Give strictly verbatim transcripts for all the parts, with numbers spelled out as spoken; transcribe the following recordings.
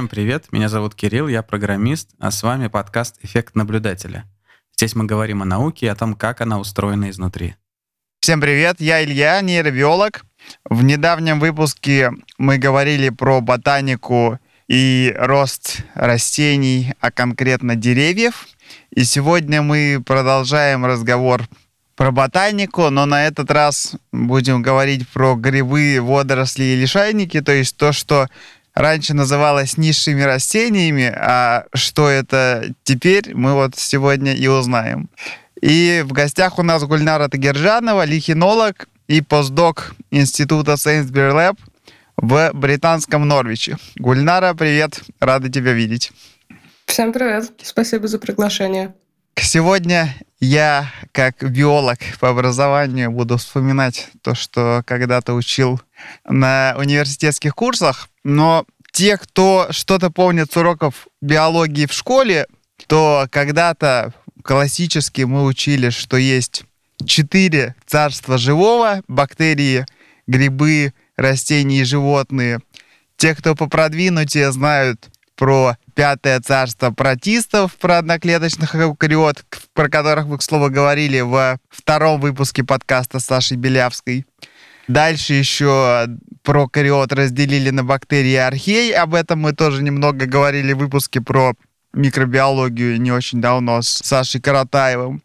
Всем привет, меня зовут Кирилл, я программист, а с вами подкаст «Эффект наблюдателя». Здесь мы говорим о науке и о том, как она устроена изнутри. Всем привет, я Илья, нейробиолог. В недавнем выпуске мы говорили про ботанику и рост растений, а конкретно деревьев. И сегодня мы продолжаем разговор про ботанику, но на этот раз будем говорить про грибы, водоросли и лишайники, то есть то, что раньше называлось низшими растениями, а что это теперь, мы вот сегодня и узнаем. И в гостях у нас Гульнара Тагиржанова, лихинолог и постдок Института Sainsbury Lab в британском Норвиче. Гульнара, привет, рада тебя видеть. Всем привет, спасибо за приглашение. Сегодня я, как биолог по образованию, буду вспоминать то, что когда-то учил на университетских курсах, но те, кто что-то помнит с уроков биологии в школе, то когда-то классически мы учили, что есть четыре царства живого: бактерии, грибы, растения и животные. Те, кто попродвинутее, знают про пятое царство протистов, про одноклеточных эукариот, про которых вы, к слову, говорили во втором выпуске подкаста с Сашей Белявской. Дальше еще прокариот разделили на бактерии и архей. Об этом мы тоже немного говорили в выпуске про микробиологию не очень давно с Сашей Каратаевым.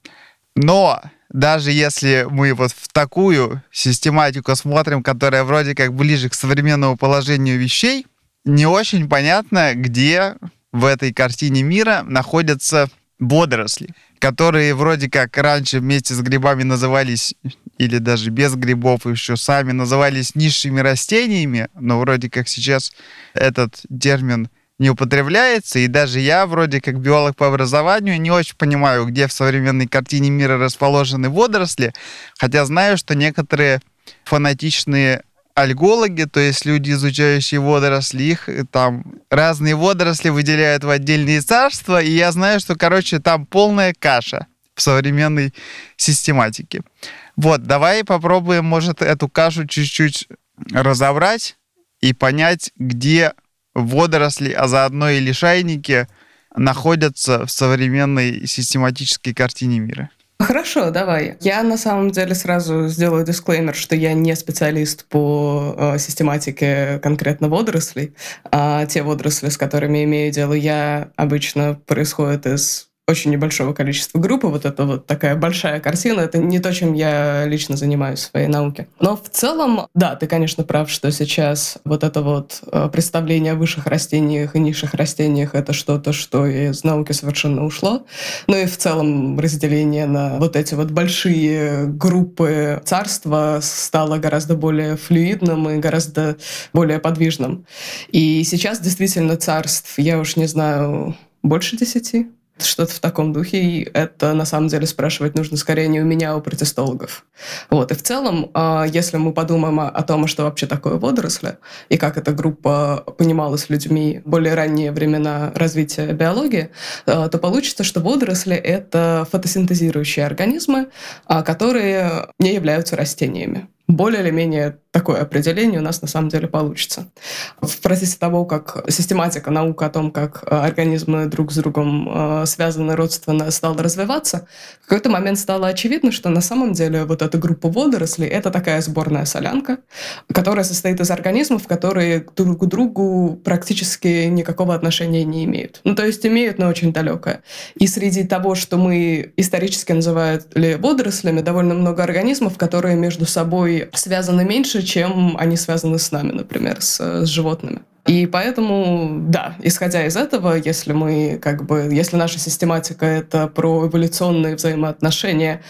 Но даже если мы вот в такую систематику смотрим, которая вроде как ближе к современному положению вещей, не очень понятно, где в этой картине мира находятся водоросли, которые вроде как раньше вместе с грибами назывались, или даже без грибов еще сами назывались низшими растениями, но вроде как сейчас этот термин не употребляется, и даже я, вроде как биолог по образованию, не очень понимаю, где в современной картине мира расположены водоросли, хотя знаю, что некоторые фанатичные альгологи, то есть люди, изучающие водоросли, их там разные водоросли выделяют в отдельные царства, и я знаю, что, короче, там полная каша в современной систематике. Вот, давай попробуем, может, эту кашу чуть-чуть разобрать и понять, где водоросли, а заодно и лишайники находятся в современной систематической картине мира. Хорошо, давай. Я на самом деле сразу сделаю дисклеймер, что я не специалист по э, систематике конкретно водорослей. А те водоросли, с которыми имею дело я, обычно происходят из очень небольшого количества групп. Вот это вот такая большая картина. Это не то, чем я лично занимаюсь в своей науке. Но в целом, да, ты, конечно, прав, что сейчас вот это вот представление о высших растениях и низших растениях — это что-то, что из науки совершенно ушло. Ну и в целом разделение на вот эти вот большие группы царства стало гораздо более флюидным и гораздо более подвижным. И сейчас действительно царств, я уж не знаю, больше десяти. Что-то в таком духе, и это, на самом деле, спрашивать нужно скорее не у меня, а у протистологов. Вот. И в целом, если мы подумаем о том, что вообще такое водоросли, и как эта группа понималась людьми в более ранние времена развития биологии, то получится, что водоросли — это фотосинтезирующие организмы, которые не являются растениями. Более или менее такое определение у нас на самом деле получится. В процессе того, как систематика, наука о том, как организмы друг с другом связаны родственно, стала развиваться, в какой-то момент стало очевидно, что на самом деле вот эта группа водорослей — это такая сборная солянка, которая состоит из организмов, которые друг к другу практически никакого отношения не имеют. Ну, то есть имеют, но очень далекое. И среди того, что мы исторически называли водорослями, довольно много организмов, которые между собой связаны меньше, чем они связаны с нами, например, с, с животными. И поэтому, да, исходя из этого, если мы как бы, если наша систематика — это про эволюционные взаимоотношения,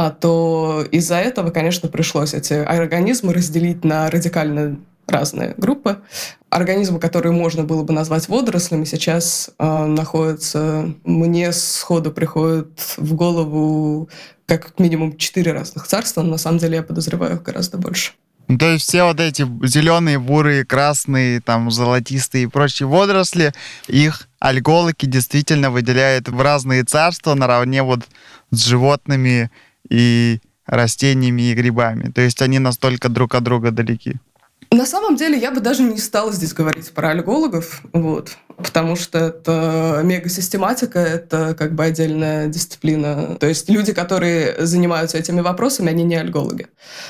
то из-за этого, конечно, пришлось эти организмы разделить на радикально разные группы. Организмы, которые можно было бы назвать водорослями, сейчас э, находятся... Мне сходу приходит в голову как минимум четыре разных царства, но на самом деле я подозреваю их гораздо больше. Ну, то есть все вот эти зеленые, бурые, красные, там, золотистые и прочие водоросли, их альгологи действительно выделяют в разные царства наравне вот с животными и растениями и грибами. То есть они настолько друг от друга далеки. На самом деле я бы даже не стала здесь говорить про альгологов. Вот. потому что это мегасистематика, это как бы отдельная дисциплина. То есть люди, которые занимаются этими вопросами, они не альгологи.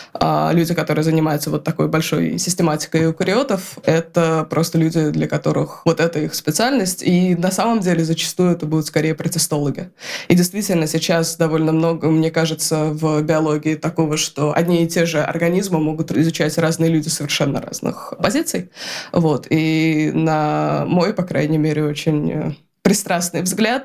А люди, которые занимаются вот такой большой систематикой эукариотов, это просто люди, для которых вот это их специальность. И на самом деле зачастую это будут скорее протистологи. И действительно сейчас довольно много, мне кажется, в биологии такого, что одни и те же организмы могут изучать разные люди совершенно разных позиций. Вот. И на мой, по крайней мере, очень пристрастный взгляд,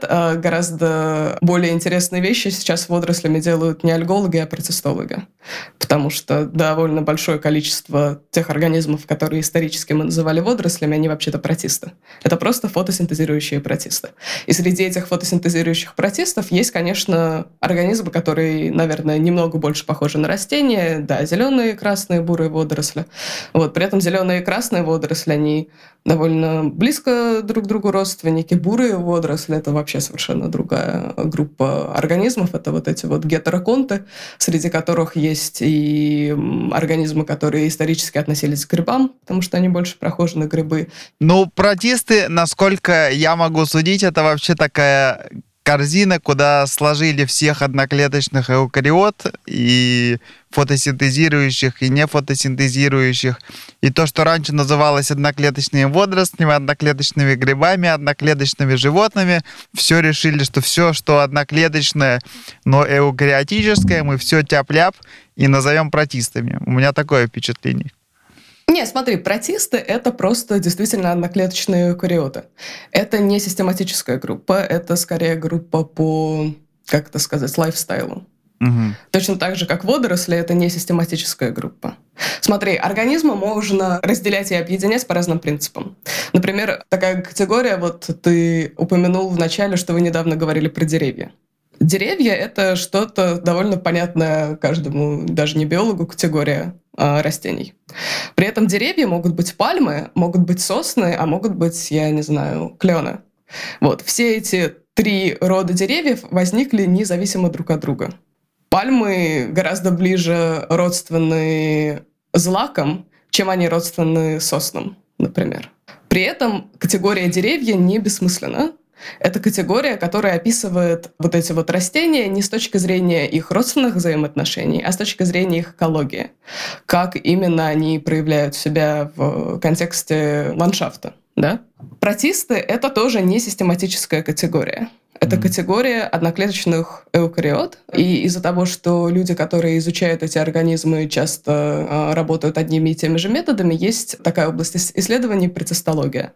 гораздо более интересные вещи сейчас водорослями делают не альгологи, а протистологи. Потому что довольно большое количество тех организмов, которые исторически мы называли водорослями, они вообще-то протисты. Это просто фотосинтезирующие протисты. И среди этих фотосинтезирующих протистов есть, конечно, организмы, которые, наверное, немного больше похожи на растения. Да, зеленые, красные, бурые водоросли. Вот. При этом зеленые и красные водоросли, они довольно близко друг к другу родственники. Бурые водоросли — это вообще совершенно другая группа организмов. Это вот эти вот гетероконты, среди которых есть и организмы, которые исторически относились к грибам, потому что они больше похожи на грибы. Ну, протисты, насколько я могу судить, это вообще такая корзина, куда сложили всех одноклеточных эукариот, и фотосинтезирующих, и нефотосинтезирующих. И то, что раньше называлось одноклеточными водорослями, одноклеточными грибами, одноклеточными животными, все решили, что все, что одноклеточное, но эукариотическое, мы все тяп-ляп и назовем протистами. У меня такое впечатление. Не, смотри, протисты — это просто действительно одноклеточные эукариоты. Это не систематическая группа, это скорее группа по, как это сказать, лайфстайлу. Угу. Точно так же, как водоросли, это не систематическая группа. Смотри, организмы можно разделять и объединять по разным принципам. Например, такая категория, вот ты упомянул в начале, что вы недавно говорили про деревья. Деревья — это что-то довольно понятное каждому, даже не биологу, категория э, растений. При этом деревья могут быть пальмы, могут быть сосны, а могут быть, я не знаю, клены. Вот. Все эти три рода деревьев возникли независимо друг от друга. Пальмы гораздо ближе родственны злакам, чем они родственны соснам, например. При этом категория деревья не бессмысленна. Это категория, которая описывает вот эти вот растения не с точки зрения их родственных взаимоотношений, а с точки зрения их экологии. Как именно они проявляют себя в контексте ландшафта. Да? Протисты — это тоже не систематическая категория. Это mm-hmm. категория одноклеточных эукариот. И из-за того, что люди, которые изучают эти организмы, часто э, работают одними и теми же методами, есть такая область исследований — протистология.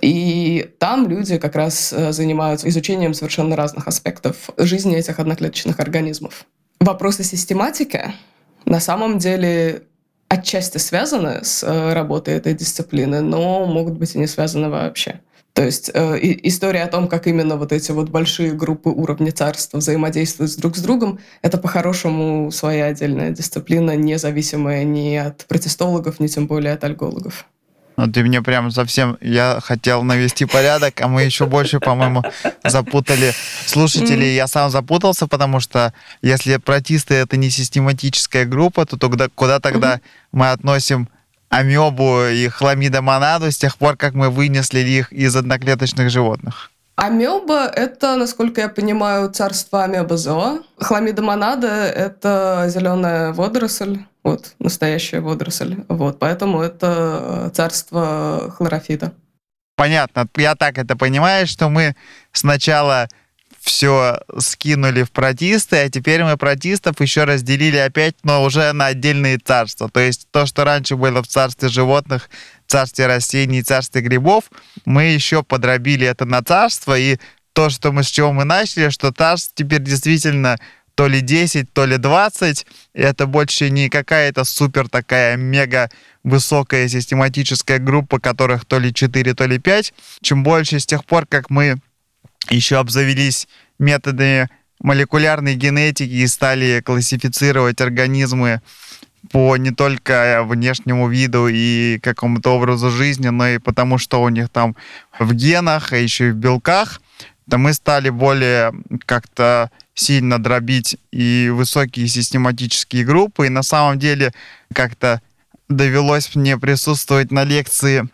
И там люди как раз занимаются изучением совершенно разных аспектов жизни этих одноклеточных организмов. Вопросы систематики на самом деле отчасти связаны с работой этой дисциплины, но могут быть и не связаны вообще. То есть э, история о том, как именно вот эти вот большие группы уровня царства взаимодействуют друг с другом, это по-хорошему своя отдельная дисциплина, независимая ни от протистологов, ни тем более от альгологов. Ну, ты мне прям совсем... Я хотел навести порядок, а мы еще больше, по-моему, запутали слушателей. Я сам запутался, потому что если протисты — это не систематическая группа, то тогда, куда тогда мы относим амебу и хламидомонаду с тех пор, как мы вынесли их из одноклеточных животных? Амеба — это, насколько я понимаю, царство амебозоа. Хламидомонада — это зеленая водоросль, вот, настоящая водоросль. Вот, поэтому это царство хлорофита. Понятно. Я так это понимаю, что мы сначала все скинули в протисты, а теперь мы протистов еще разделили опять, но уже на отдельные царства. То есть то, что раньше было в царстве животных, царстве растений, царстве грибов, мы еще подробили это на царство, и то, что мы с чего мы начали, что царств теперь действительно то ли десять, то ли двадцать, это больше не какая-то супер такая мега высокая систематическая группа, которых то ли четыре, то ли пять. Чем больше с тех пор, как мы еще обзавелись методами молекулярной генетики и стали классифицировать организмы по не только внешнему виду и какому-то образу жизни, но и потому, что у них там в генах, а еще и в белках, то мы стали более как-то сильно дробить и высокие систематические группы. И на самом деле как-то довелось мне присутствовать на лекции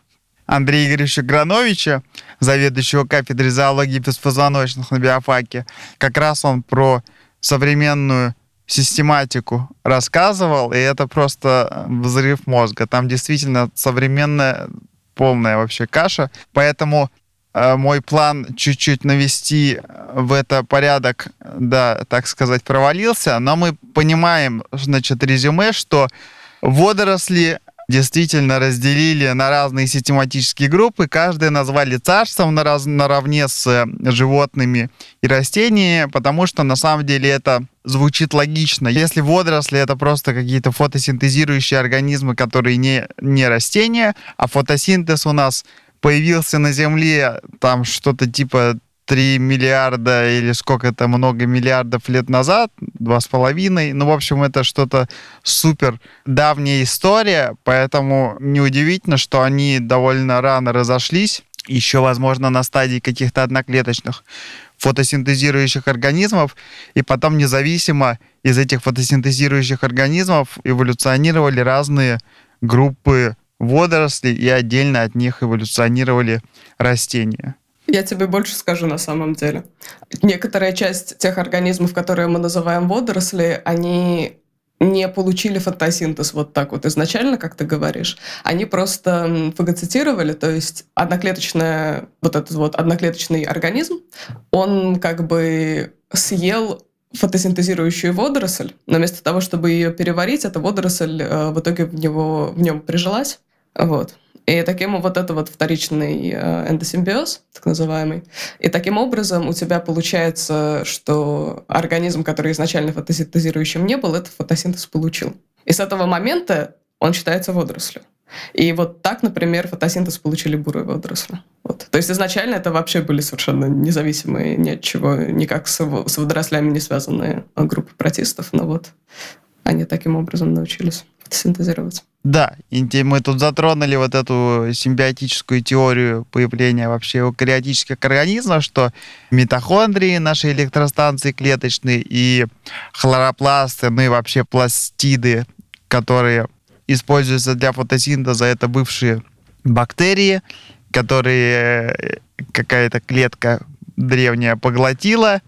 Андрея Игоревича Грановича, заведующего кафедрой зоологии беспозвоночных на биофаке. Как раз он про современную систематику рассказывал, и это просто взрыв мозга. Там действительно современная полная вообще каша. Поэтому э, мой план чуть-чуть навести в это порядок, да, так сказать, провалился. Но мы понимаем, значит, резюме, что водоросли действительно разделили на разные систематические группы, каждые назвали царством нараз- наравне с животными и растениями, потому что на самом деле это звучит логично. Если водоросли — это просто какие-то фотосинтезирующие организмы, которые не, не растения, а фотосинтез у нас появился на Земле там что-то типа три миллиарда или сколько-то, много миллиардов лет назад, два с половиной. Ну, в общем, это что-то супер давняя история, поэтому неудивительно, что они довольно рано разошлись, еще, возможно, на стадии каких-то одноклеточных фотосинтезирующих организмов, и потом независимо из этих фотосинтезирующих организмов эволюционировали разные группы водорослей, и отдельно от них эволюционировали растения. Я тебе больше скажу на самом деле. Некоторая часть тех организмов, которые мы называем водоросли, они не получили фотосинтез вот так вот изначально, как ты говоришь. Они просто фагоцитировали, то есть одноклеточная, вот этот вот одноклеточный организм, он как бы съел фотосинтезирующую водоросль, но вместо того, чтобы ее переварить, эта водоросль э, в итоге в, него, в нем прижилась. Вот. И таким вот это вот вторичный эндосимбиоз, так называемый. И таким образом у тебя получается, что организм, который изначально фотосинтезирующим не был, этот фотосинтез получил. И с этого момента он считается водорослью. И вот так, например, фотосинтез получили бурые водоросли. Вот. То есть изначально это вообще были совершенно независимые, ни от чего, никак с, с водорослями не связанные группы протистов. Но вот они таким образом научились фотосинтезировать. Да, и мы тут затронули вот эту симбиотическую теорию появления вообще эукариотических организмов, что митохондрии, наши электростанции клеточные, и хлоропласты, ну и вообще пластиды, которые используются для фотосинтеза, это бывшие бактерии, которые какая-то клетка древняя поглотила,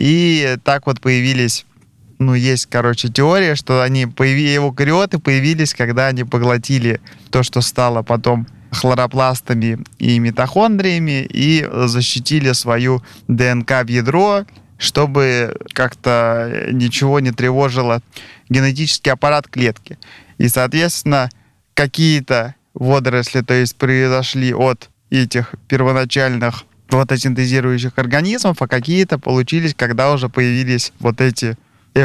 и так вот появились... Ну, есть, короче, теория, что они появи... эукариоты появились, когда они поглотили то, что стало потом хлоропластами и митохондриями, и защитили свою ДНК в ядро, чтобы как-то ничего не тревожило генетический аппарат клетки. И, соответственно, какие-то водоросли, то есть, произошли от этих первоначальных фотосинтезирующих организмов, а какие-то получились, когда уже появились вот эти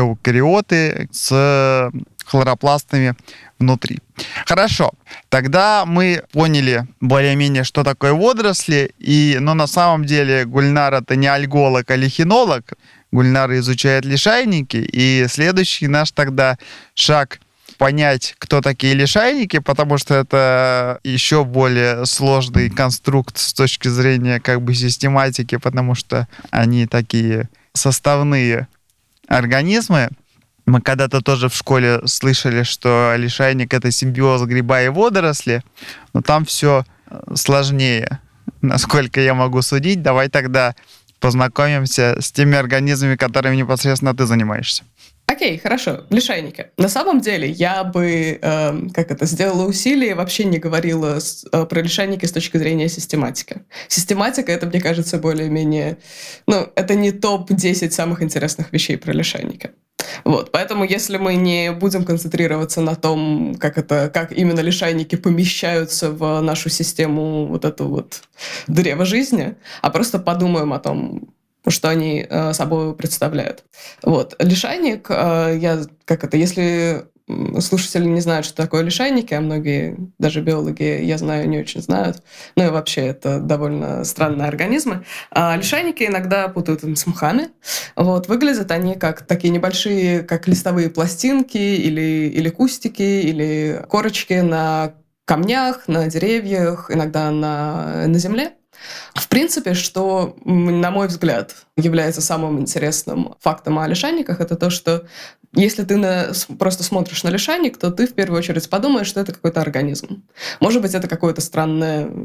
эукариоты с хлоропластами внутри. Хорошо, тогда мы поняли более-менее, что такое водоросли, и, но на самом деле Гульнар — это не альголог, а лихинолог. Гульнар изучает лишайники, и следующий наш тогда шаг — понять, кто такие лишайники, потому что это еще более сложный конструкт с точки зрения как бы систематики, потому что они такие составные организмы. Мы когда-то тоже в школе слышали, что лишайник — это симбиоз гриба и водоросли, но там все сложнее, насколько я могу судить. Давай тогда познакомимся с теми организмами, которыми непосредственно ты занимаешься. Окей, хорошо. Лишайники. На самом деле я бы, э, как это, сделала усилие и вообще не говорила с, э, про лишайники с точки зрения систематики. Систематика — это, мне кажется, более-менее... Ну, это не топ десять самых интересных вещей про лишайники. Вот, поэтому если мы не будем концентрироваться на том, как это, как именно лишайники помещаются в нашу систему, вот эту вот древо жизни, а просто подумаем о том, что они э, собой представляют. Вот. Лишайник, э, я, как это, если слушатели не знают, что такое лишайники, а многие, даже биологи, я знаю, не очень знают, ну и вообще это довольно странные организмы. А лишайники иногда путают с мхами. Вот. Выглядят они как такие небольшие, как листовые пластинки или, или кустики, или корочки на камнях, на деревьях, иногда на, на земле. В принципе, что, на мой взгляд, является самым интересным фактом о лишайниках, это то, что если ты на, просто смотришь на лишайник, то ты в первую очередь подумаешь, что это какой-то организм. Может быть, это какое-то странное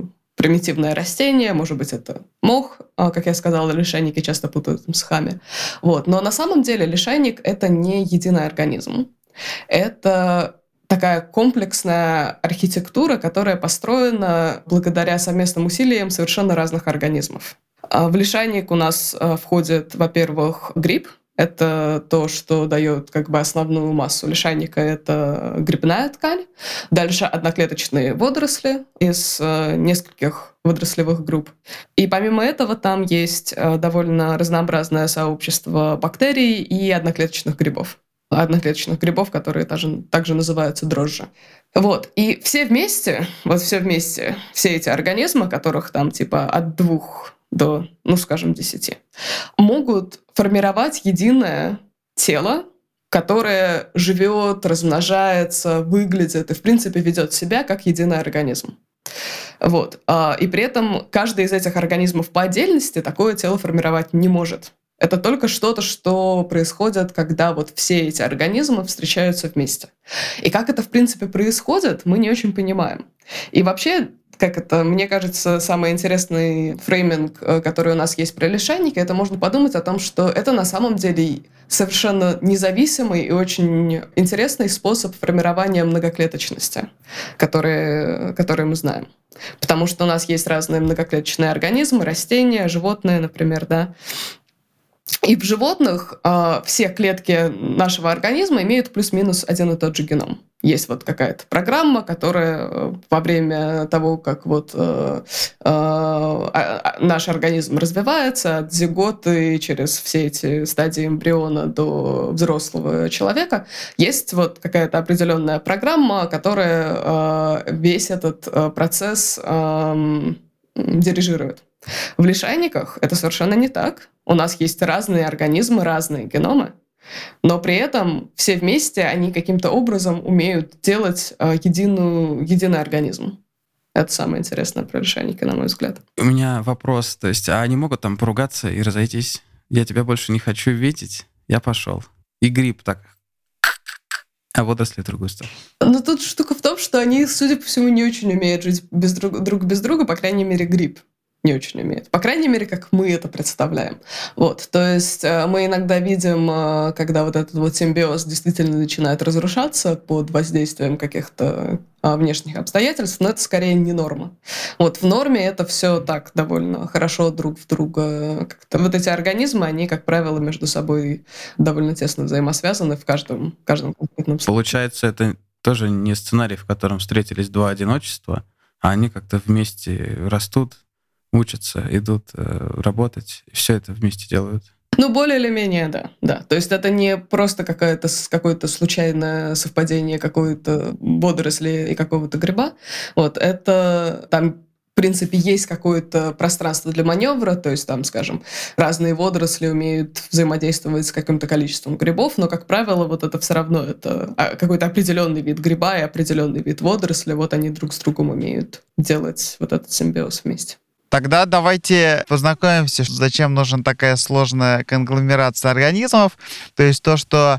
примитивное растение, может быть, это мох, как я сказала, лишайники часто путают с мхами. Вот. Но на самом деле лишайник — это не единый организм. Это такая комплексная архитектура, которая построена благодаря совместным усилиям совершенно разных организмов. В лишайник у нас входит, во-первых, гриб. Это то, что дает как бы основную массу лишайника, это грибная ткань. Дальше одноклеточные водоросли из э, нескольких водорослевых групп. И помимо этого там есть э, довольно разнообразное сообщество бактерий и одноклеточных грибов. Одноклеточных грибов, которые также, также называются дрожжи. Вот. И все вместе, вот все вместе, все эти организмы, которых там типа от двух до, ну, скажем, десяти, могут формировать единое тело, которое живет, размножается, выглядит и, в принципе, ведет себя как единый организм. Вот. И при этом каждый из этих организмов по отдельности такое тело формировать не может. Это только что-то, что происходит, когда вот все эти организмы встречаются вместе. И как это, в принципе, происходит, мы не очень понимаем. И вообще, как это, мне кажется, самый интересный фрейминг, который у нас есть про лишайники, это можно подумать о том, что это на самом деле совершенно независимый и очень интересный способ формирования многоклеточности, который, который мы знаем. Потому что у нас есть разные многоклеточные организмы, растения, животные, например, да. И в животных э, все клетки нашего организма имеют плюс-минус один и тот же геном. Есть вот какая-то программа, которая во время того, как вот э, э, наш организм развивается от зиготы через все эти стадии эмбриона до взрослого человека, есть вот какая-то определенная программа, которая э, весь этот э, процесс э, дирижирует. В лишайниках это совершенно не так. У нас есть разные организмы, разные геномы, но при этом все вместе они каким-то образом умеют делать э, единую, единый организм. Это самое интересное про лишайники, на мой взгляд. У меня вопрос, то есть, а они могут там поругаться и разойтись? Я тебя больше не хочу видеть, я пошел. И гриб так, а водоросли в другую сторону. Но тут штука в том, что они, судя по всему, не очень умеют жить без друг, друг без друга, по крайней мере, гриб не очень умеет. По крайней мере, как мы это представляем. Вот. То есть мы иногда видим, когда вот этот вот симбиоз действительно начинает разрушаться под воздействием каких-то внешних обстоятельств, но это скорее не норма. Вот. В норме это все так довольно хорошо друг в друга. Как-то. Вот эти организмы, они, как правило, между собой довольно тесно взаимосвязаны в каждом, в каждом конкретном случае. Получается, это тоже не сценарий, в котором встретились два одиночества, а они как-то вместе растут, учатся, идут э, работать, и все это вместе делают. Ну, более или менее, да. да. То есть это не просто какое-то, какое-то случайное совпадение какой-то водоросли и какого-то гриба. Вот. Это там, в принципе, есть какое-то пространство для маневра, то есть там, скажем, разные водоросли умеют взаимодействовать с каким-то количеством грибов, но, как правило, вот это все равно это какой-то определенный вид гриба и определенный вид водоросли, вот они друг с другом умеют делать вот этот симбиоз вместе. Тогда давайте познакомимся, зачем нужна такая сложная конгломерация организмов. То есть то, что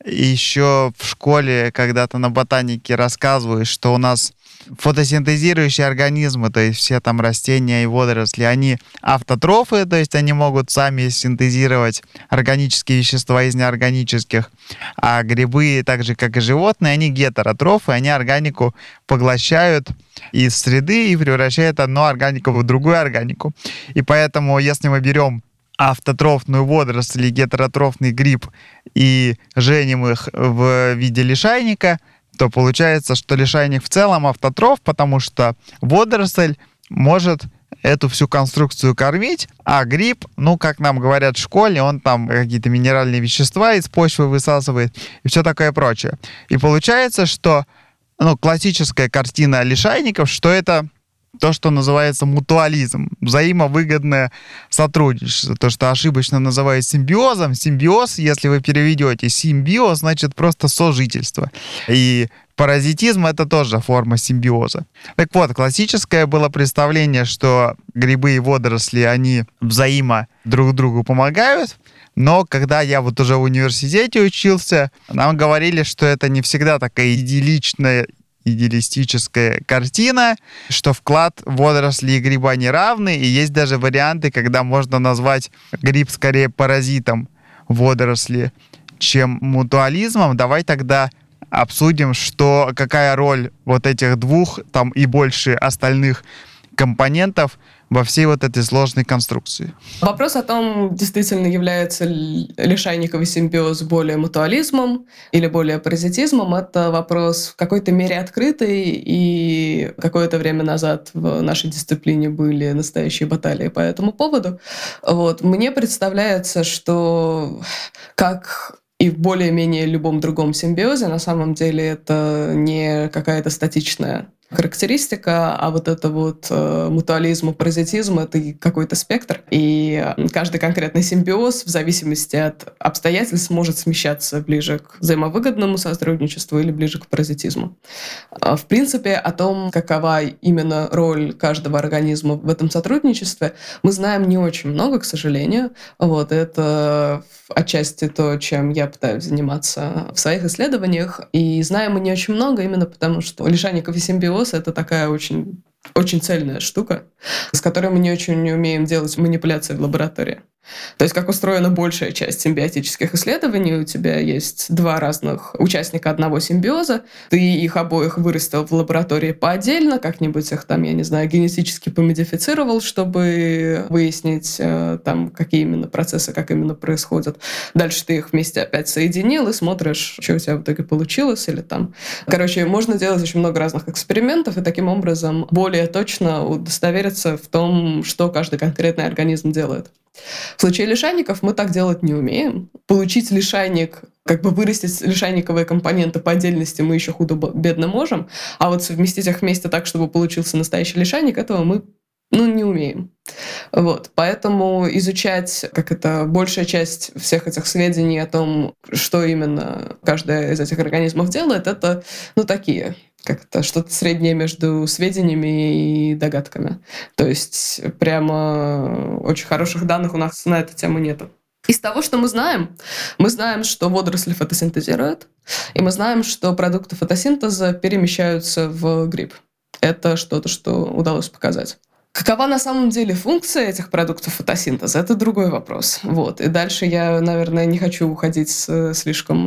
еще в школе когда-то на ботанике рассказывают, что у нас фотосинтезирующие организмы, то есть все там растения и водоросли, они автотрофы, то есть они могут сами синтезировать органические вещества из неорганических, а грибы, так же как и животные, они гетеротрофы, они органику поглощают из среды и превращают одну органику в другую органику. И поэтому, если мы берем автотрофную водоросль или гетеротрофный гриб и женим их в виде лишайника, то получается, что лишайник в целом автотроф, потому что водоросль может эту всю конструкцию кормить, а гриб, ну, как нам говорят в школе, он там какие-то минеральные вещества из почвы высасывает и все такое прочее. И получается, что ну, классическая картина лишайников, что это то, что называется мутуализм, взаимовыгодное сотрудничество, то, что ошибочно называют симбиозом. Симбиоз, если вы переведете симбиоз, значит просто сожительство. И паразитизм — это тоже форма симбиоза. Так вот, классическое было представление, что грибы и водоросли, они взаимо друг другу помогают, но когда я вот уже в университете учился, нам говорили, что это не всегда такая идилличная идеалистическая картина, что вклад водорослей и гриба неравный, и есть даже варианты, когда можно назвать гриб скорее паразитом водоросли, чем мутуализмом. Давай тогда обсудим, что, какая роль вот этих двух там и больше остальных компонентов во всей вот этой сложной конструкции. Вопрос о том, действительно является ли лишайниковый симбиоз более мутуализмом или более паразитизмом, это вопрос в какой-то мере открытый, и какое-то время назад в нашей дисциплине были настоящие баталии по этому поводу. Вот. Мне представляется, что как и в более-менее любом другом симбиозе, на самом деле это не какая-то статичная характеристика, а вот это вот э, мутуализм и паразитизм — это и какой-то спектр. И каждый конкретный симбиоз в зависимости от обстоятельств может смещаться ближе к взаимовыгодному сотрудничеству или ближе к паразитизму. В принципе, о том, какова именно роль каждого организма в этом сотрудничестве, мы знаем не очень много, к сожалению. Вот, это отчасти то, чем я пытаюсь заниматься в своих исследованиях. И знаем мы не очень много именно потому, что лишайниковый симбиоз — это такая очень, очень цельная штука, с которой мы не очень умеем делать манипуляции в лаборатории. То есть как устроена большая часть симбиотических исследований. У тебя есть два разных участника одного симбиоза. Ты их обоих вырастил в лаборатории поотдельно, как-нибудь их там, я не знаю, генетически помодифицировал, чтобы выяснить, там, какие именно процессы, как именно происходят. Дальше ты их вместе опять соединил и смотришь, что у тебя в итоге получилось. Или там... Короче, можно делать очень много разных экспериментов и таким образом более точно удостовериться в том, что каждый конкретный организм делает. В случае лишайников мы так делать не умеем. Получить лишайник, как бы вырастить лишайниковые компоненты по отдельности мы еще худо-бедно можем, а вот совместить их вместе так, чтобы получился настоящий лишайник, этого мы ну, не умеем. Вот. Поэтому изучать, как это, большая часть всех этих сведений о том, что именно каждый из этих организмов делает, это, ну, такие, как это, что-то среднее между сведениями и догадками. То есть прямо очень хороших данных у нас на эту тему нету. Из того, что мы знаем, мы знаем, что водоросли фотосинтезируют, и мы знаем, что продукты фотосинтеза перемещаются в гриб. Это что-то, что удалось показать. Какова на самом деле функция этих продуктов фотосинтеза, это другой вопрос. Вот. И дальше я, наверное, не хочу уходить с, слишком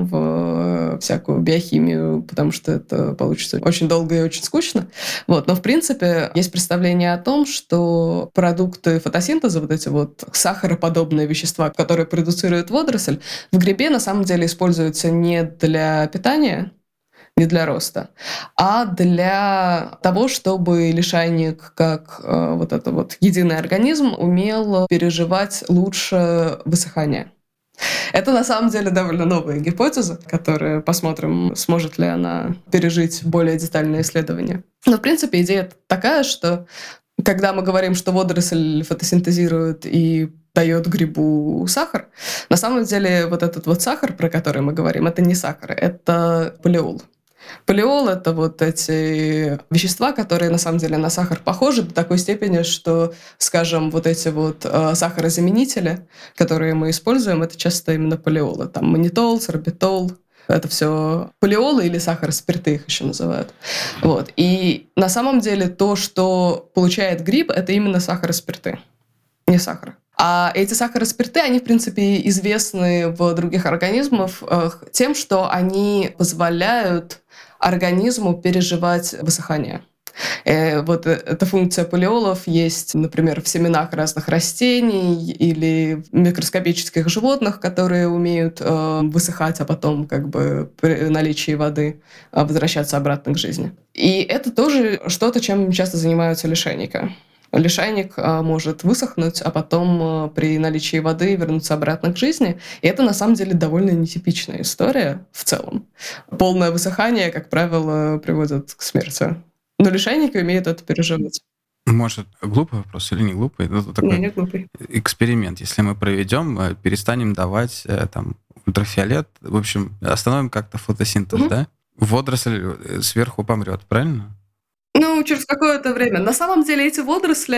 в всякую биохимию, потому что это получится очень долго и очень скучно. Вот. Но, в принципе, есть представление о том, что продукты фотосинтеза, вот эти вот сахароподобные вещества, которые продуцирует водоросль, в грибе на самом деле используются не для питания, не для роста, а для того, чтобы лишайник, как э, вот это вот единый организм, умел переживать лучше высыхание. Это на самом деле довольно новая гипотеза, которая, посмотрим, сможет ли она пережить более детальное исследование. Но, в принципе, идея такая, что когда мы говорим, что водоросль фотосинтезирует и дает грибу сахар, на самом деле вот этот вот сахар, про который мы говорим, это не сахар, это полиол. Полиол — это вот эти вещества, которые на самом деле на сахар похожи до такой степени, что, скажем, вот эти вот э, сахарозаменители, которые мы используем, это часто именно полиолы. Там манитол, сорбитол. Это все полиолы или сахароспирты их еще называют. Вот. И на самом деле то, что получает гриб, это именно сахароспирты, не сахар. А эти сахароспирты, они, в принципе, известны в других организмах э, тем, что они позволяют организму переживать высыхание. Э, вот эта функция полиолов есть, например, в семенах разных растений или в микроскопических животных, которые умеют э, высыхать, а потом как бы при наличии воды э, возвращаться обратно к жизни. И это тоже что-то, чем часто занимаются лишайники. Лишайник а, может высохнуть, а потом а, при наличии воды вернуться обратно к жизни. И это на самом деле довольно нетипичная история в целом. Полное высыхание, как правило, приводит к смерти. Но лишайники умеют это переживать. Может, глупый вопрос или не глупый? Это такой не, не глупый. Эксперимент. Если мы проведем, перестанем давать там ультрафиолет, в общем, остановим как-то фотосинтез, угу. да? Водоросль сверху помрет, правильно? Ну, через какое-то время. На самом деле эти водоросли,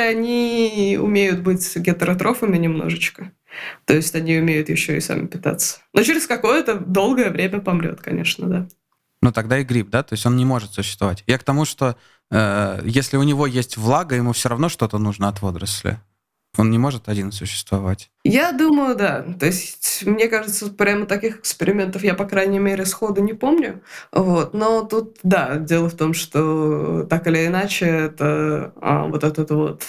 они умеют быть гетеротрофами немножечко. То есть они умеют еще и сами питаться. Но через какое-то долгое время помрет, конечно, да. Ну, тогда и гриб, да? То есть он не может существовать. Я к тому, что э, если у него есть влага, ему все равно что-то нужно от водоросли. Он не может один существовать. Я думаю, да. То есть, мне кажется, прямо таких экспериментов я, по крайней мере, сходу не помню. Вот. Но тут, да, дело в том, что так или иначе, это а, вот этот вот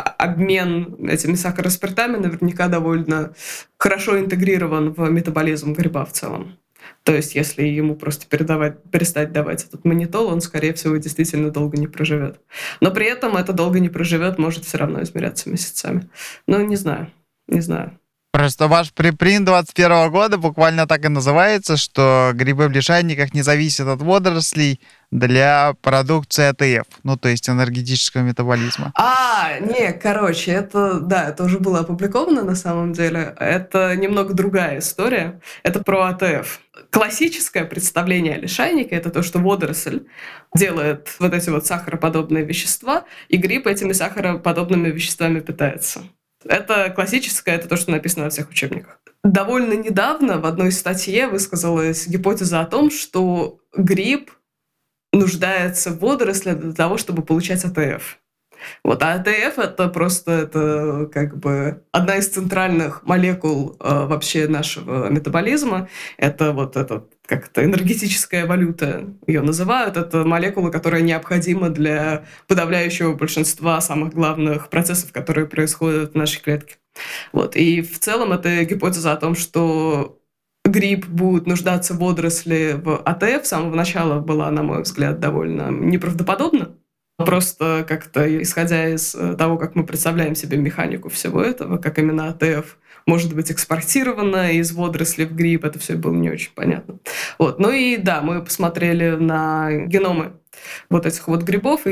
обмен этими сахароспиртами наверняка довольно хорошо интегрирован в метаболизм гриба в целом. То есть, если ему просто передавать, перестать давать этот манитол, он, скорее всего, действительно долго не проживет. Но при этом это долго не проживет, может все равно измеряться месяцами. Ну, не знаю, не знаю. Просто ваш припринт двадцать первого года буквально так и называется, что грибы в лишайниках не зависят от водорослей для продукции А Т Ф, ну, то есть энергетического метаболизма. А, не, короче, это, да, это уже было опубликовано на самом деле. Это немного другая история. Это про А Т Ф. Классическое представление о лишайнике — это то, что водоросль делает вот эти вот сахароподобные вещества, и гриб этими сахароподобными веществами питается. Это классическое, это то, что написано во всех учебниках. Довольно недавно в одной статье высказалась гипотеза о том, что гриб нуждается в водорослях для того, чтобы получать А Т Ф. Вот, а А Т Ф — это просто это как бы одна из центральных молекул э, вообще нашего метаболизма. Это вот эта как-то энергетическая валюта, ее называют. Это молекула, которая необходима для подавляющего большинства самых главных процессов, которые происходят в нашей клетке. Вот. И в целом это гипотеза о том, что гриб будет нуждаться в водоросли в А Т Ф, с самого начала была, на мой взгляд, довольно неправдоподобна. Просто как-то исходя из того, как мы представляем себе механику всего этого, как именно А Т Ф может быть экспортировано из водорослей в гриб, это все было не очень понятно. Вот. Ну и да, мы посмотрели на геномы вот этих вот грибов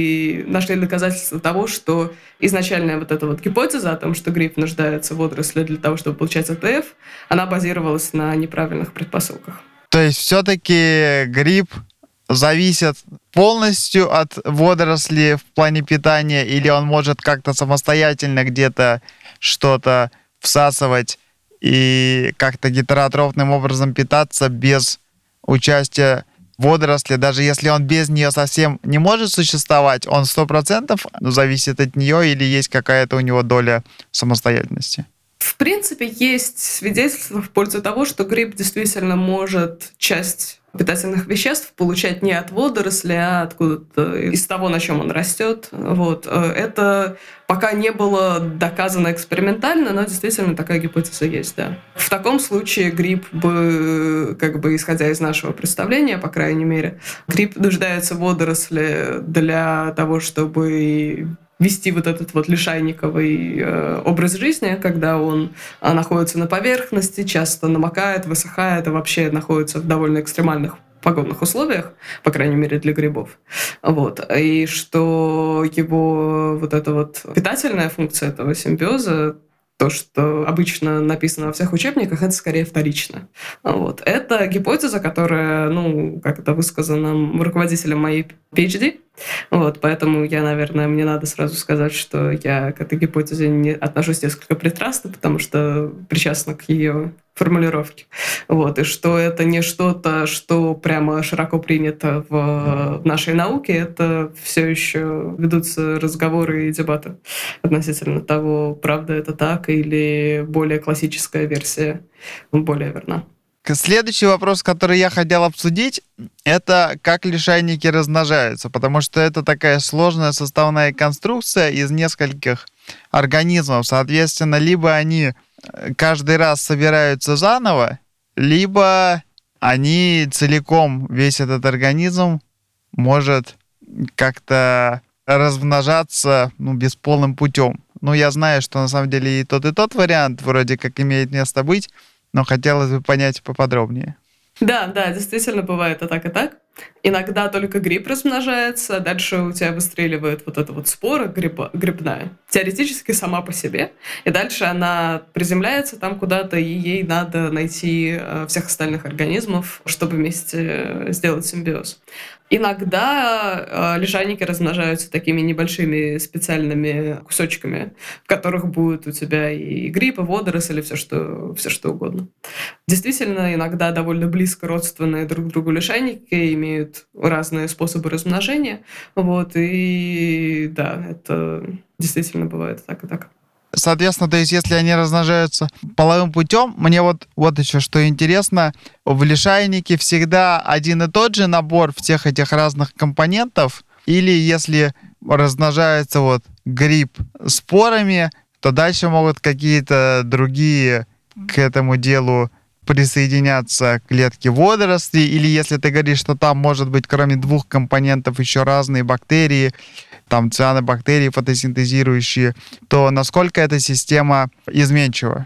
и нашли доказательства того, что изначальная вот эта вот гипотеза о том, что гриб нуждается в водорослях для того, чтобы получать А Т Ф, она базировалась на неправильных предпосылках. То есть все-таки гриб зависит полностью от водорослей в плане питания, или он может как-то самостоятельно где-то что-то всасывать и как-то гетеротрофным образом питаться без участия водоросли, даже если он без нее совсем не может существовать, он сто процентов зависит от нее или есть какая-то у него доля самостоятельности? В принципе, есть свидетельства в пользу того, что гриб действительно может часть питательных веществ получать не от водорослей, а откуда-то из того, на чем он растет. Вот. Это пока не было доказано экспериментально, но действительно такая гипотеза есть, да. В таком случае гриб бы, как бы исходя из нашего представления, по крайней мере, гриб нуждается в водоросле для того, чтобы вести вот этот вот лишайниковый э, образ жизни, когда он э, находится на поверхности, часто намокает, высыхает и вообще находится в довольно экстремальных погодных условиях, по крайней мере для грибов. Вот. И что его вот эта вот питательная функция этого симбиоза, то, что обычно написано во всех учебниках, это скорее вторично. Вот. Это гипотеза, которая, ну, как это высказано руководителем моей пи эйч ди. Вот, поэтому я, наверное, мне надо сразу сказать, что я к этой гипотезе не отношусь несколько пристрастно, потому что причастна к ее формулировке. Вот, и что это не что-то, что прямо широко принято в нашей науке, это все еще ведутся разговоры и дебаты относительно того, правда это так или более классическая версия более верна. Следующий вопрос, который я хотел обсудить, это как лишайники размножаются, потому что это такая сложная составная конструкция из нескольких организмов. Соответственно, либо они каждый раз собираются заново, либо они целиком, весь этот организм может как-то размножаться, ну, бесполым путем. Ну, я знаю, что на самом деле и тот, и тот вариант вроде как имеет место быть, но хотелось бы понять поподробнее. Да, да, действительно бывает и так, и так. Иногда только гриб размножается, дальше у тебя выстреливает вот эта вот спора гриба, грибная. теоретически сама по себе, и дальше она приземляется там куда-то, и ей надо найти э, всех остальных организмов, чтобы вместе э, сделать симбиоз. Иногда э, лишайники размножаются такими небольшими специальными кусочками, в которых будет у тебя и гриб, и водоросли, все что, все что угодно. Действительно, иногда довольно близко родственные друг другу лишайники имеют разные способы размножения. Вот, и да, это действительно бывает так и так. Соответственно, то есть, если они размножаются половым путем, мне вот, вот еще что интересно, в лишайнике всегда один и тот же набор всех этих разных компонентов, или если размножается вот гриб спорами, то дальше могут какие-то другие к этому делу присоединяться клетки водорослей, или если ты говоришь, что там может быть кроме двух компонентов еще разные бактерии, там цианобактерии фотосинтезирующие, то насколько эта система изменчива?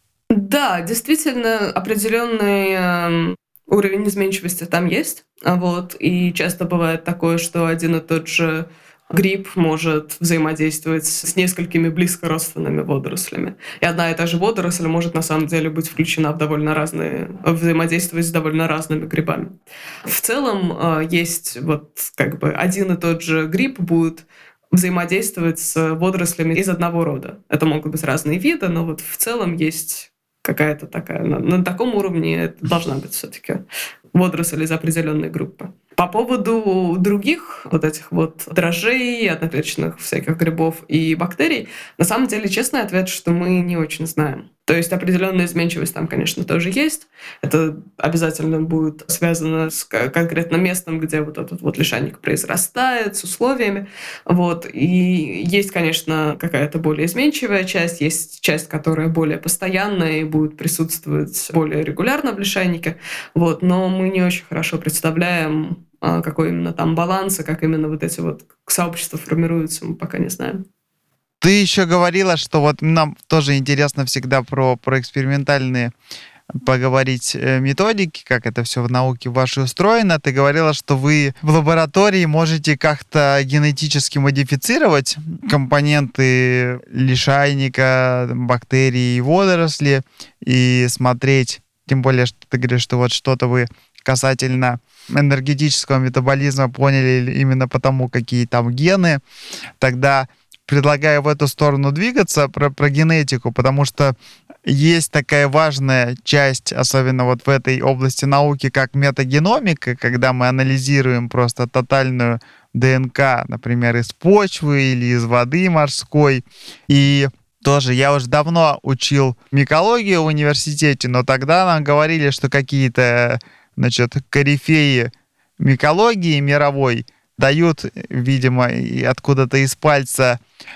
Да, действительно, определенный э, уровень изменчивости там есть. А вот, и часто бывает такое, что один и тот же гриб может взаимодействовать с несколькими близко родственными водорослями. И одна и та же водоросль может на самом деле быть включена в довольно разные, взаимодействовать с довольно разными грибами. В целом есть вот как бы один и тот же гриб будет взаимодействовать с водорослями из одного рода. Это могут быть разные виды, но вот в целом есть какая-то такая... На, на таком уровне это должна быть все-таки водоросль из определенной группы. По поводу других вот этих вот дрожжей, одноклеточных всяких грибов и бактерий, на самом деле честный ответ, что мы не очень знаем. То есть определенная изменчивость там, конечно, тоже есть. Это обязательно будет связано с конкретным местом, где вот этот вот лишайник произрастает, с условиями. Вот. И есть, конечно, какая-то более изменчивая часть, есть часть, которая более постоянная и будет присутствовать более регулярно в лишайнике. Вот. Но мы не очень хорошо представляем, какой именно там баланс, и как именно вот эти вот сообщества формируются, мы пока не знаем. Ты еще говорила, что вот нам тоже интересно всегда про, про экспериментальные поговорить методики, как это все в науке вашей устроено. Ты говорила, что вы в лаборатории можете как-то генетически модифицировать компоненты лишайника, бактерий и водоросли и смотреть, тем более, что ты говоришь, что вот что-то вы касательно энергетического метаболизма поняли именно потому, какие там гены, тогда предлагаю в эту сторону двигаться, про, про генетику, потому что есть такая важная часть, особенно вот в этой области науки, как метагеномика, когда мы анализируем просто тотальную ДНК, например, из почвы или из воды морской. И тоже я уже давно учил микологию в университете, но тогда нам говорили, что какие-то, значит, корифеи микологии мировой дают, видимо, откуда-то из пальца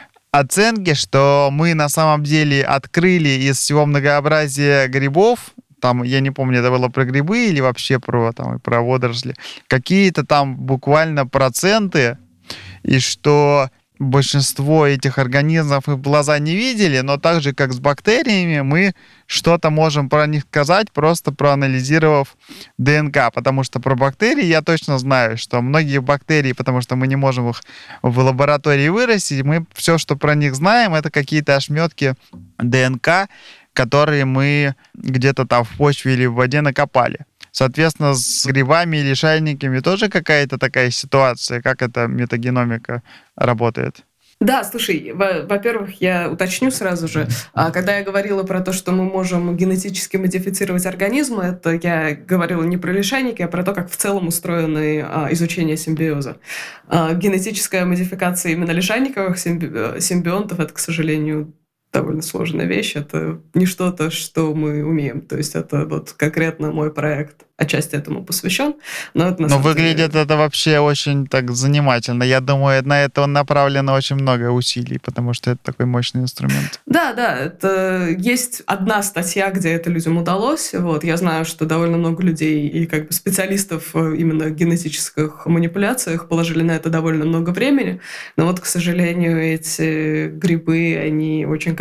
оценки, что мы на самом деле открыли из всего многообразия грибов, там, я не помню, это было про грибы или вообще про, там, про водоросли, какие-то там буквально проценты, и что большинство этих организмов мы в глаза не видели, но так же, как с бактериями, мы что-то можем про них сказать, просто проанализировав ДНК. Потому что про бактерии я точно знаю, что многие бактерии, потому что мы не можем их в лаборатории вырастить, мы все, что про них знаем, это какие-то ошметки ДНК, которые мы где-то там в почве или в воде накопали. Соответственно, с грибами и лишайниками тоже какая-то такая ситуация, как эта метагеномика работает? Да, слушай, во-первых, я уточню сразу же. Когда я говорила про то, что мы можем генетически модифицировать организмы, это я говорила не про лишайники, а про то, как в целом устроено изучение симбиоза. Генетическая модификация именно лишайниковых симбионтов — это, к сожалению, довольно сложная вещь. Это не что-то, что мы умеем. То есть это вот конкретно мой проект отчасти этому посвящен. Но, это, но выглядит деле... это вообще очень так занимательно. Я думаю, на это направлено очень много усилий, потому что это такой мощный инструмент. Да, да. Это есть одна статья, где это людям удалось. Вот. Я знаю, что довольно много людей и как бы специалистов именно в генетических манипуляциях положили на это довольно много времени. Но вот, к сожалению, эти грибы, они очень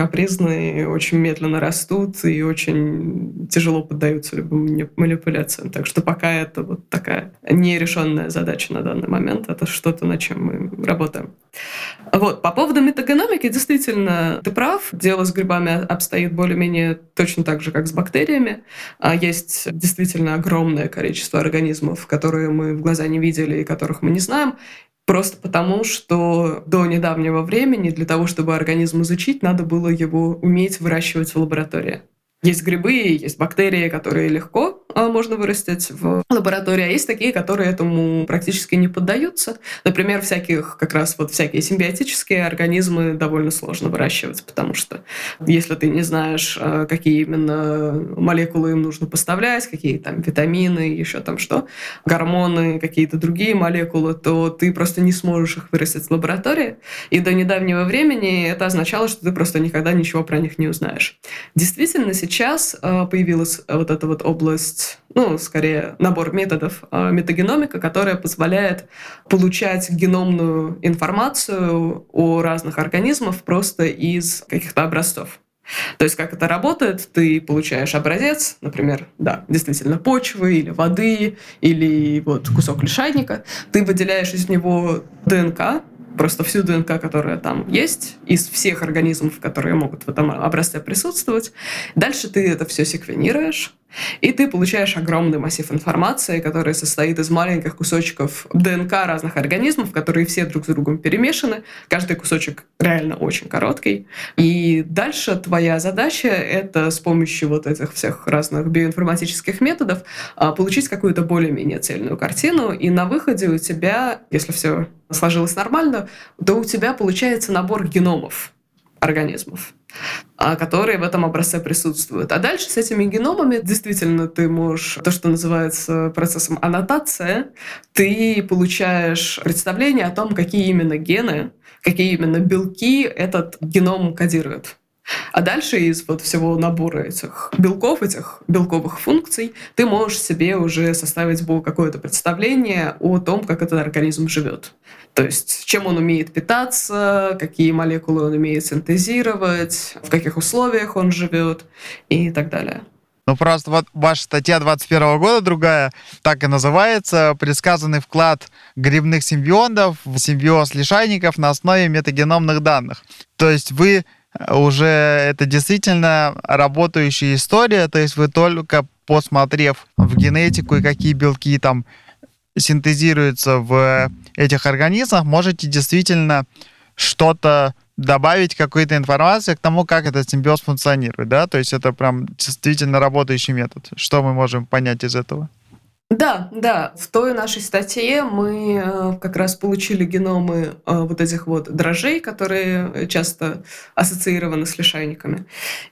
капризные, очень медленно растут и очень тяжело поддаются любым манипуляциям. Так что пока это вот такая нерешенная задача на данный момент. Это что-то, над чем мы работаем. Вот. По поводу метагеномики, действительно, ты прав. Дело с грибами обстоит более-менее точно так же, как с бактериями. Есть действительно огромное количество организмов, которые мы в глаза не видели и которых мы не знаем. Просто потому, что до недавнего времени для того, чтобы организм изучить, надо было его уметь выращивать в лаборатории. Есть грибы, есть бактерии, которые легко а, можно вырастить в лаборатории, а есть такие, которые этому практически не поддаются. Например, всяких, как раз вот всякие симбиотические организмы довольно сложно выращивать, потому что если ты не знаешь, а, какие именно молекулы им нужно поставлять, какие там витамины, еще там что, гормоны, какие-то другие молекулы, то ты просто не сможешь их вырастить в лаборатории. И до недавнего времени это означало, что ты просто никогда ничего про них не узнаешь. Действительно, сейчас Сейчас появилась вот эта вот область, ну, скорее, набор методов метагеномика, которая позволяет получать геномную информацию о разных организмах просто из каких-то образцов. То есть как это работает? Ты получаешь образец, например, да, действительно, почвы или воды, или вот кусок лишайника, ты выделяешь из него ДНК, просто всю ДНК, которая там есть, из всех организмов, которые могут в этом образце присутствовать. Дальше ты это все секвенируешь, и ты получаешь огромный массив информации, который состоит из маленьких кусочков ДНК разных организмов, которые все друг с другом перемешаны. Каждый кусочек реально очень короткий. И дальше твоя задача — это с помощью вот этих всех разных биоинформатических методов получить какую-то более-менее цельную картину, и на выходе у тебя, если все сложилось нормально, то у тебя получается набор геномов организмов, которые в этом образце присутствуют. А дальше с этими геномами действительно ты можешь, то, что называется процессом аннотация, ты получаешь представление о том, какие именно гены, какие именно белки этот геном кодирует. А дальше из вот всего набора этих белков, этих белковых функций, ты можешь себе уже составить какое-то представление о том, как этот организм живет. То есть, чем он умеет питаться, какие молекулы он умеет синтезировать, в каких условиях он живет и так далее. Ну, просто вот ваша статья двадцать первого года другая, так и называется «Предсказанный вклад грибных симбионтов в симбиоз лишайников на основе метагеномных данных». То есть вы уже это действительно работающая история, то есть вы только посмотрев в генетику и какие белки там синтезируются в этих организмах, можете действительно что-то добавить, какую-то информацию к тому, как этот симбиоз функционирует, да? То есть это прям действительно работающий метод. Что мы можем понять из этого? Да, да. В той нашей статье мы э, как раз получили геномы э, вот этих вот дрожжей, которые часто ассоциированы с лишайниками.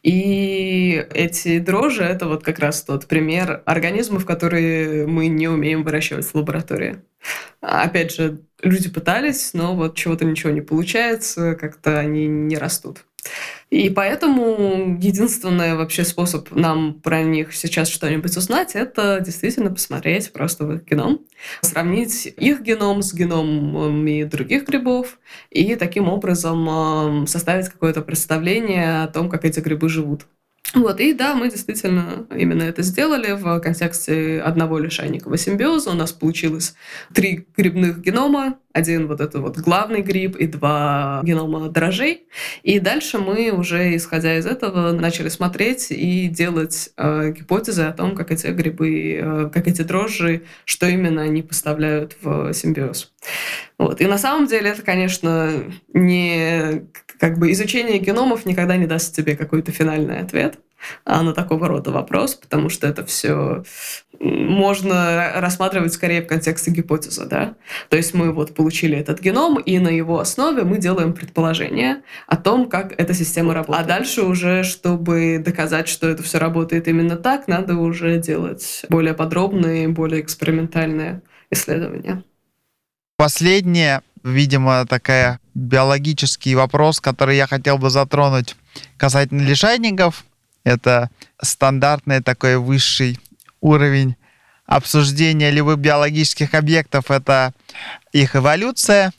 И эти дрожжи — это вот как раз тот пример организмов, которые мы не умеем выращивать в лаборатории. Опять же, люди пытались, но вот чего-то ничего не получается, как-то они не растут. И поэтому единственный вообще способ нам про них сейчас что-нибудь узнать — это действительно посмотреть просто в их геном, сравнить их геном с геномами других грибов и таким образом составить какое-то представление о том, как эти грибы живут. Вот, и да, мы действительно именно это сделали в контексте одного лишайникового симбиоза. У нас получилось три грибных генома, один вот это вот главный гриб и два генома дрожжей. И дальше мы уже, исходя из этого, начали смотреть и делать э, гипотезы о том, как эти грибы, э, как эти дрожжи, что именно они поставляют в симбиоз. Вот. И на самом деле это, конечно, не как бы изучение геномов никогда не даст тебе какой-то финальный ответ на такого рода вопрос, потому что это все можно рассматривать скорее в контексте гипотезы, да. То есть мы вот получили этот геном, и на его основе мы делаем предположение о том, как эта система работает. А дальше уже, чтобы доказать, что это все работает именно так, надо уже делать более подробные, более экспериментальные исследования. Последнее, видимо, такая биологический вопрос, который я хотел бы затронуть касательно лишайников. Это стандартный такой высший уровень обсуждения любых биологических объектов. Это их эволюция.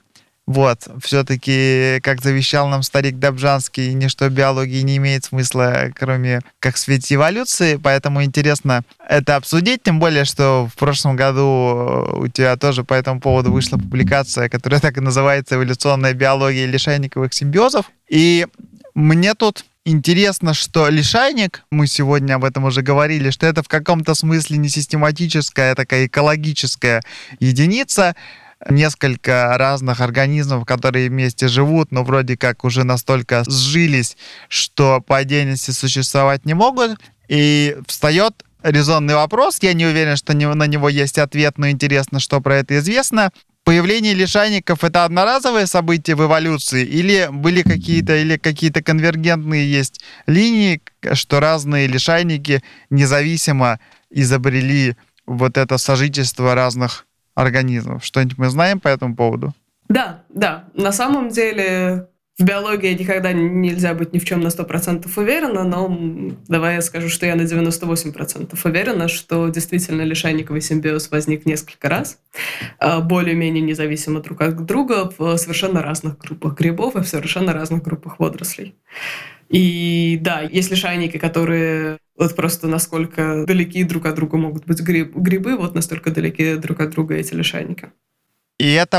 Вот, все-таки, как завещал нам старик Добжанский, ничто в биологии не имеет смысла, кроме как в свете эволюции, поэтому интересно это обсудить, тем более, что в прошлом году у тебя тоже по этому поводу вышла публикация, которая так и называется «Эволюционная биология лишайниковых симбиозов». И мне тут интересно, что лишайник, мы сегодня об этом уже говорили, что это в каком-то смысле не систематическая, а такая экологическая единица, несколько разных организмов, которые вместе живут, но вроде как уже настолько сжились, что по отдельности существовать не могут. И встает резонный вопрос, я не уверен, что на него есть ответ, но интересно, что про это известно. Появление лишайников — это одноразовое событие в эволюции или были какие-то или какие-то конвергентные есть линии, что разные лишайники независимо изобрели вот это сожительство разных организмов? Что-нибудь мы знаем по этому поводу? Да, да. На самом деле в биологии никогда нельзя быть ни в чем на сто процентов уверена, но давай я скажу, что я на девяносто восемь процентов уверена, что действительно лишайниковый симбиоз возник несколько раз, более-менее независимо друг от друга, в совершенно разных группах грибов и в совершенно разных группах водорослей. И да, есть лишайники, которые вот просто насколько далеки друг от друга могут быть гриб, грибы, вот настолько далеки друг от друга эти лишайники. И это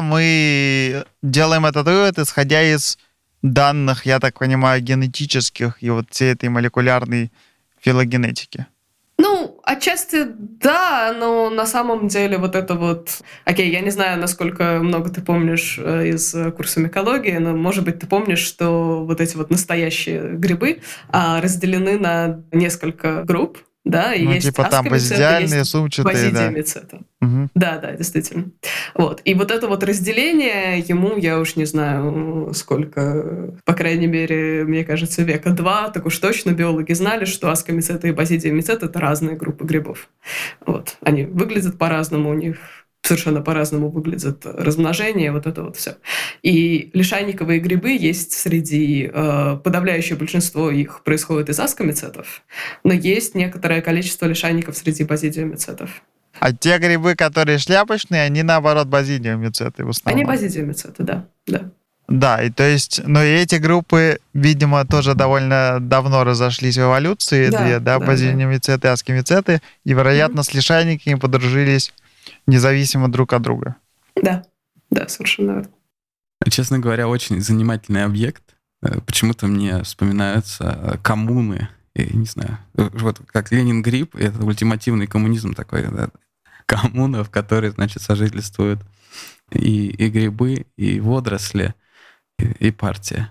мы делаем этот вывод, исходя из данных, я так понимаю, генетических и вот всей этой молекулярной филогенетики. Ну, отчасти да, но на самом деле вот это вот... Окей, я не знаю, насколько много ты помнишь из курса микологии, но, может быть, ты помнишь, что вот эти вот настоящие грибы разделены на несколько групп, да, и ну, есть типа там базидиальные, есть сумчатые, да. Базидиомицеты. Угу. Да, да, действительно. Вот. И вот это вот разделение, ему, я уж не знаю, сколько, по крайней мере, мне кажется, века два, так уж точно биологи знали, что аскомицеты и базидиомицеты — это разные группы грибов. Вот. Они выглядят по-разному, у них совершенно по-разному выглядит размножение, вот это вот все. И лишайниковые грибы есть среди... Э, подавляющее большинство их происходит из аскомицетов, но есть некоторое количество лишайников среди базидиомицетов. А те грибы, которые шляпочные, они, наоборот, базидиомицеты в основном. Они базидиомицеты, да, да. Да, и то есть, но и эти группы, видимо, тоже довольно давно разошлись в эволюции, да, две, да, да базидиомицеты да. и аскомицеты, и, вероятно, mm-hmm. с лишайниками подружились независимо друг от друга. Да, да, совершенно верно. Честно говоря, очень занимательный объект. Почему-то мне вспоминаются коммуны, и, не знаю, вот как Ленин-гриб, это ультимативный коммунизм такой, да, коммуна, в которой, значит, сожительствуют и, и грибы, и водоросли, и, и партия.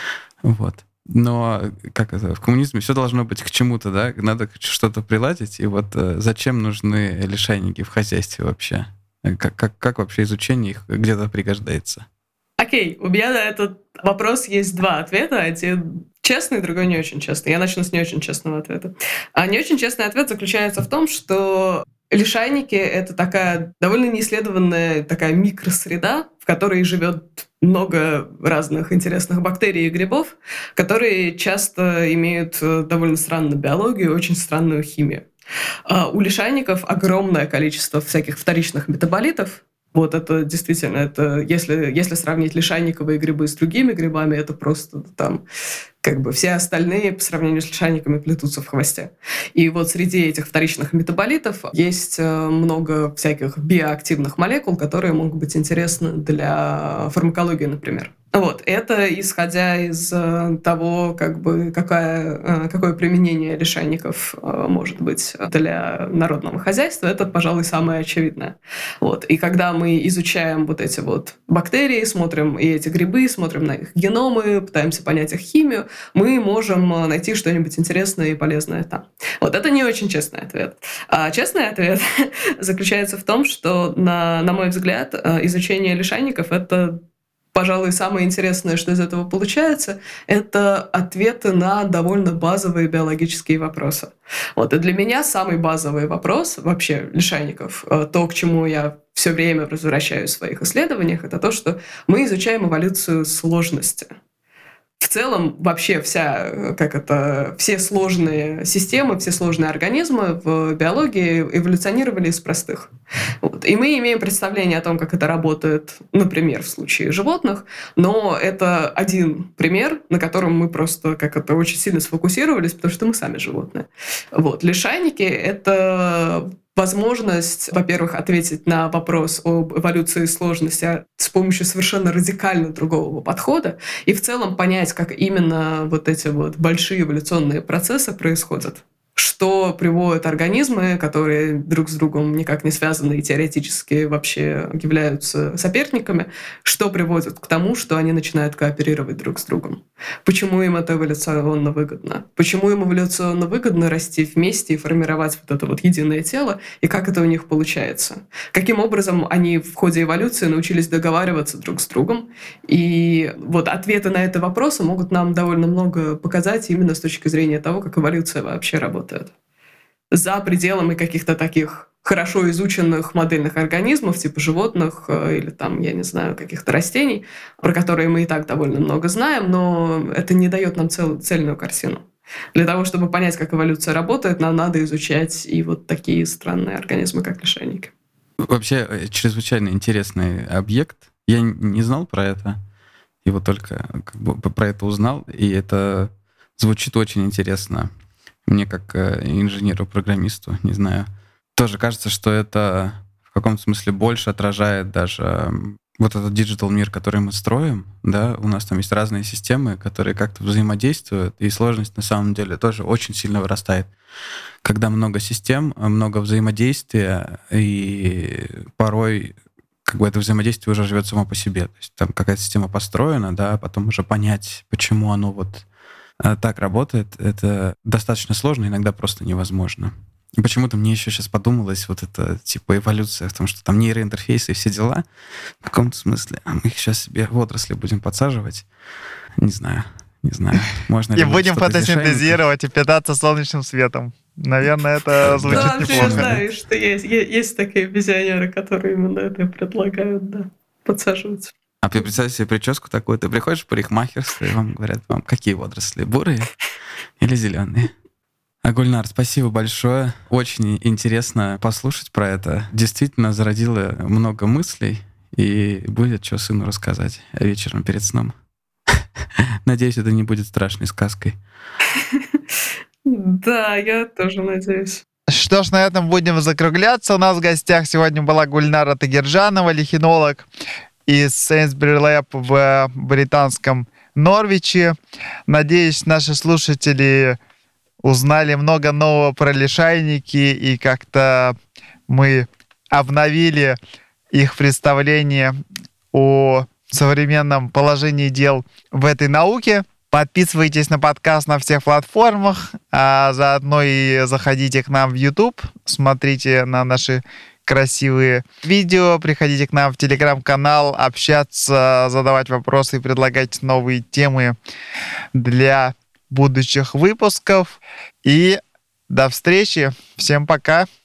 Вот. Но как это, в коммунизме все должно быть к чему-то, да? Надо что-то приладить. И вот э, зачем нужны лишайники в хозяйстве вообще? Как, как, как вообще изучение их где-то пригождается? Окей, у меня на этот вопрос есть два ответа. Один честный, другой не очень честный. Я начну с не очень честного ответа. А не очень честный ответ заключается в том, что лишайники — это такая довольно неисследованная такая микросреда, в которой живет много разных интересных бактерий и грибов, которые часто имеют довольно странную биологию и очень странную химию. А у лишайников огромное количество всяких вторичных метаболитов. Вот это действительно, это если, если сравнить лишайниковые грибы с другими грибами, это просто там как бы все остальные по сравнению с лишайниками плетутся в хвосте. И вот среди этих вторичных метаболитов есть много всяких биоактивных молекул, которые могут быть интересны для фармакологии, например. Вот, это исходя из того, как бы, какая, какое применение лишайников может быть для народного хозяйства, это, пожалуй, самое очевидное. Вот, и когда мы изучаем вот эти вот бактерии, смотрим и эти грибы, смотрим на их геномы, пытаемся понять их химию, мы можем найти что-нибудь интересное и полезное там. Вот, это не очень честный ответ. А честный ответ заключается в том, что, на, на мой взгляд, изучение лишайников — это, пожалуй, самое интересное, что из этого получается, это ответы на довольно базовые биологические вопросы. Вот, и для меня самый базовый вопрос вообще лишайников, то, к чему я все время возвращаюсь в своих исследованиях, это то, что мы изучаем эволюцию сложности. в целом вообще вся, как это, все сложные системы, все сложные организмы в биологии эволюционировали из простых. Вот. И мы имеем представление о том, как это работает, например, в случае животных, но это один пример, на котором мы просто как это очень сильно сфокусировались, потому что мы сами животные. Вот. Лишайники — это возможность, во-первых, ответить на вопрос об эволюции и сложности с помощью совершенно радикально другого подхода и в целом понять, как именно вот эти вот большие эволюционные процессы происходят. Что приводит организмы, которые друг с другом никак не связаны и теоретически вообще являются соперниками, что приводит к тому, что они начинают кооперировать друг с другом. Почему им это эволюционно выгодно? Почему им эволюционно выгодно расти вместе и формировать вот это вот единое тело, и как это у них получается? Каким образом они в ходе эволюции научились договариваться друг с другом? И вот ответы на эти вопросы могут нам довольно много показать именно с точки зрения того, как эволюция вообще работает. За пределами каких-то таких хорошо изученных модельных организмов, типа животных или там, я не знаю, каких-то растений, про которые мы и так довольно много знаем, но это не дает нам цел, цельную картину. Для того, чтобы понять, как эволюция работает, нам надо изучать и вот такие странные организмы, как лишайники. Вообще, чрезвычайно интересный объект. Я не знал про это, и вот только как бы про это узнал, и это звучит очень интересно. Мне как инженеру-программисту, не знаю, тоже кажется, что это в каком-то смысле больше отражает даже вот этот диджитал мир, который мы строим, да, у нас там есть разные системы, которые как-то взаимодействуют, и сложность на самом деле тоже очень сильно вырастает. Когда много систем, много взаимодействия, и порой как бы это взаимодействие уже живет само по себе. То есть там какая-то система построена, да, а потом уже понять, почему оно вот так работает, это достаточно сложно, иногда просто невозможно. И почему-то мне еще сейчас подумалось вот это типа эволюция в том, что там нейроинтерфейсы и все дела в каком-то смысле. А мы их сейчас себе в отрасли будем подсаживать. Не знаю, не знаю. Можно и будем фотосинтезировать и питаться солнечным светом. Наверное, это звучит да, неплохо. Я знаю, что есть, есть такие визионеры, которые именно это предлагают, да, подсаживаться. А ты представь себе прическу такую, ты приходишь в парикмахерство, и вам говорят, вам какие водоросли, бурые или зеленые? А, Гульнар, спасибо большое. Очень интересно послушать про это. Действительно зародило много мыслей, и будет что сыну рассказать вечером перед сном. Надеюсь, это не будет страшной сказкой. Да, я тоже надеюсь. Что ж, на этом будем закругляться. У нас в гостях сегодня была Гульнара Тагирджанова, лихинолог из Sainsbury Lab в британском Норвиче. Надеюсь, наши слушатели узнали много нового про лишайники, и как-то мы обновили их представление о современном положении дел в этой науке. Подписывайтесь на подкаст на всех платформах, а заодно и заходите к нам в YouTube, смотрите на наши красивые видео, приходите к нам в Телеграм-канал, общаться, задавать вопросы и предлагать новые темы для будущих выпусков. И до встречи. Всем пока.